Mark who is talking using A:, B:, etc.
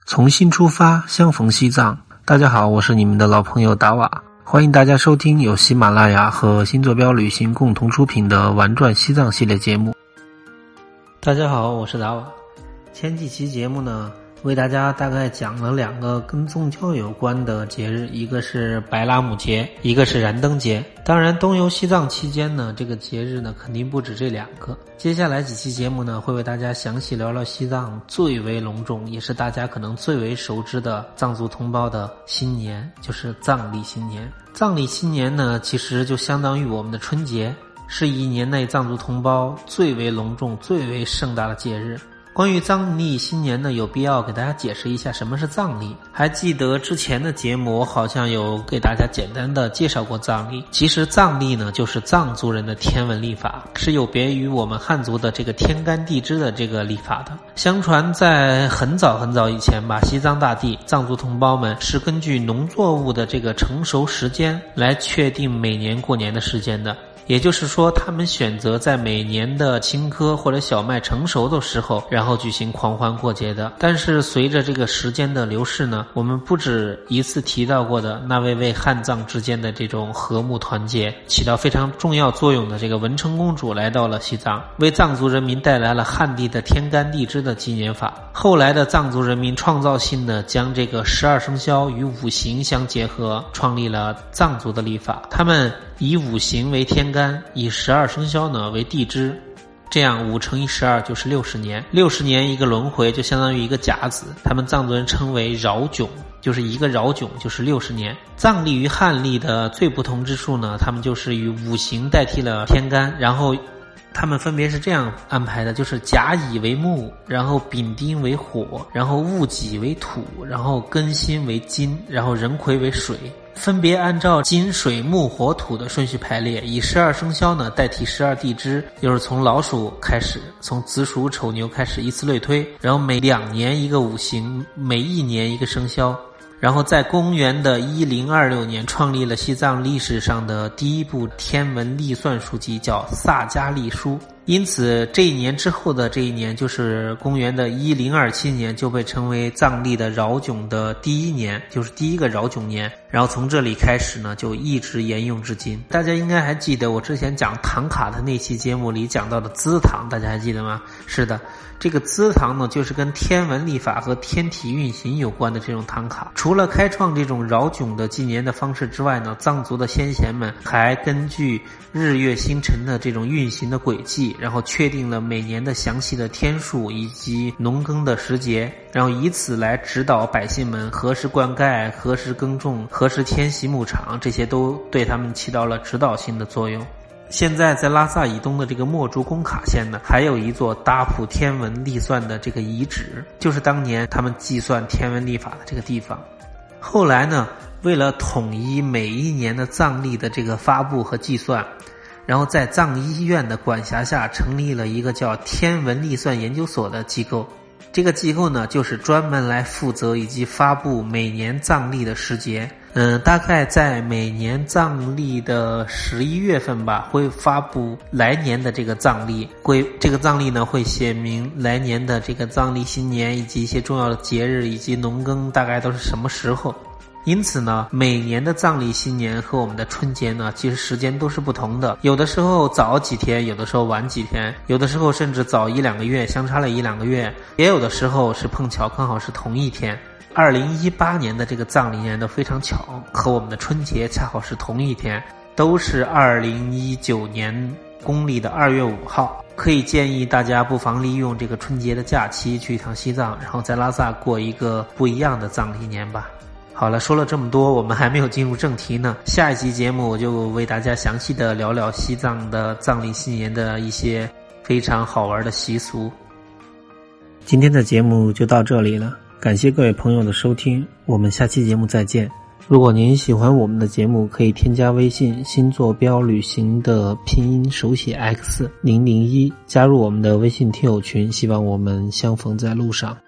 A: 从新出发，相逢西藏。大家好，我是你们的老朋友达瓦，欢迎大家收听由喜马拉雅和新坐标旅行共同出品的玩转西藏系列节目。大家好，我是达瓦。前几期节目呢，为大家大概讲了两个跟宗教有关的节日，一个是白拉姆节，一个是燃灯节。当然东游西藏期间呢，这个节日呢肯定不止这两个。接下来几期节目呢，会为大家详细聊聊西藏最为隆重，也是大家可能最为熟知的藏族同胞的新年，就是藏历新年。藏历新年呢，其实就相当于我们的春节，是一年内藏族同胞最为隆重、最为盛大的节日。关于藏历新年呢，有必要给大家解释一下什么是藏历。还记得之前的节目我好像有给大家简单的介绍过藏历。其实藏历呢，就是藏族人的天文历法，是有别于我们汉族的这个天干地支的这个历法的。相传在很早很早以前吧，西藏大地藏族同胞们是根据农作物的这个成熟时间来确定每年过年的时间的。也就是说，他们选择在每年的青稞或者小麦成熟的时候，然后举行狂欢过节的。但是随着这个时间的流逝呢，我们不止一次提到过的那位为汉藏之间的这种和睦团结起到非常重要作用的这个文成公主来到了西藏，为藏族人民带来了汉地的天干地支的纪年法。后来的藏族人民创造性的将这个12生肖与五行相结合，创立了藏族的历法。他们以五行为天干，以12生肖呢为地支，这样5乘以12就是60年，60年一个轮回，就相当于一个甲子。他们藏族人称为扰迥，就是一个扰迥就是60年。藏历与汉历的最不同之处呢，他们就是以五行代替了天干，然后他们分别是这样安排的，就是甲乙为木，然后丙丁为火，然后戊己为土，然后庚辛为金，然后壬癸为水，分别按照金水木火土的顺序排列，以12生肖呢代替12地支，就是从老鼠开始，从子鼠丑牛开始依次类推，然后每2年一个五行，每1年一个生肖。然后在公元的1026年创立了西藏历史上的第一部天文历算书籍，叫萨迦历书。因此这一年之后的这一年，就是公元的1027年，就被称为藏历的扰迥的第一年，就是第一个扰迥年。然后从这里开始呢，就一直沿用至今。大家应该还记得我之前讲唐卡的那期节目里讲到的资唐，大家还记得吗？是的，这个资唐呢，就是跟天文历法和天体运行有关的这种唐卡。除了开创这种扰迥的纪年的方式之外呢，藏族的先贤们还根据日月星辰的这种运行的轨迹，然后确定了每年的详细的天数以及农耕的时节，然后以此来指导百姓们何时灌溉、何时耕种、何时迁徙牧场，这些都对他们起到了指导性的作用。现在在拉萨以东的这个墨竹工卡县呢，还有一座达普天文历算的这个遗址，就是当年他们计算天文历法的这个地方。后来呢，为了统一每一年的藏历的这个发布和计算，然后在藏医院的管辖下成立了一个叫天文历算研究所的机构。这个机构呢，就是专门来负责以及发布每年藏历的时节。大概在每年藏历的11月份吧，会发布来年的这个藏历。这个藏历呢，会写明来年的这个藏历新年以及一些重要的节日以及农耕大概都是什么时候。因此呢，每年的藏历新年和我们的春节呢，其实时间都是不同的，有的时候早几天，有的时候晚几天，有的时候甚至早1-2个月，相差了1-2个月，也有的时候是碰巧刚好是同一天。2018年的这个藏历年都非常巧，和我们的春节恰好是同一天，都是2019年公历的2月5号。可以建议大家不妨利用这个春节的假期去一趟西藏，然后在拉萨过一个不一样的藏历年吧。好了，说了这么多，我们还没有进入正题呢。下一期节目我就为大家详细的聊聊西藏的藏历新年的一些非常好玩的习俗。今天的节目就到这里了，感谢各位朋友的收听，我们下期节目再见。如果您喜欢我们的节目，可以添加微信新坐标旅行的拼音手写 X001，加入我们的微信听友群，希望我们相逢在路上。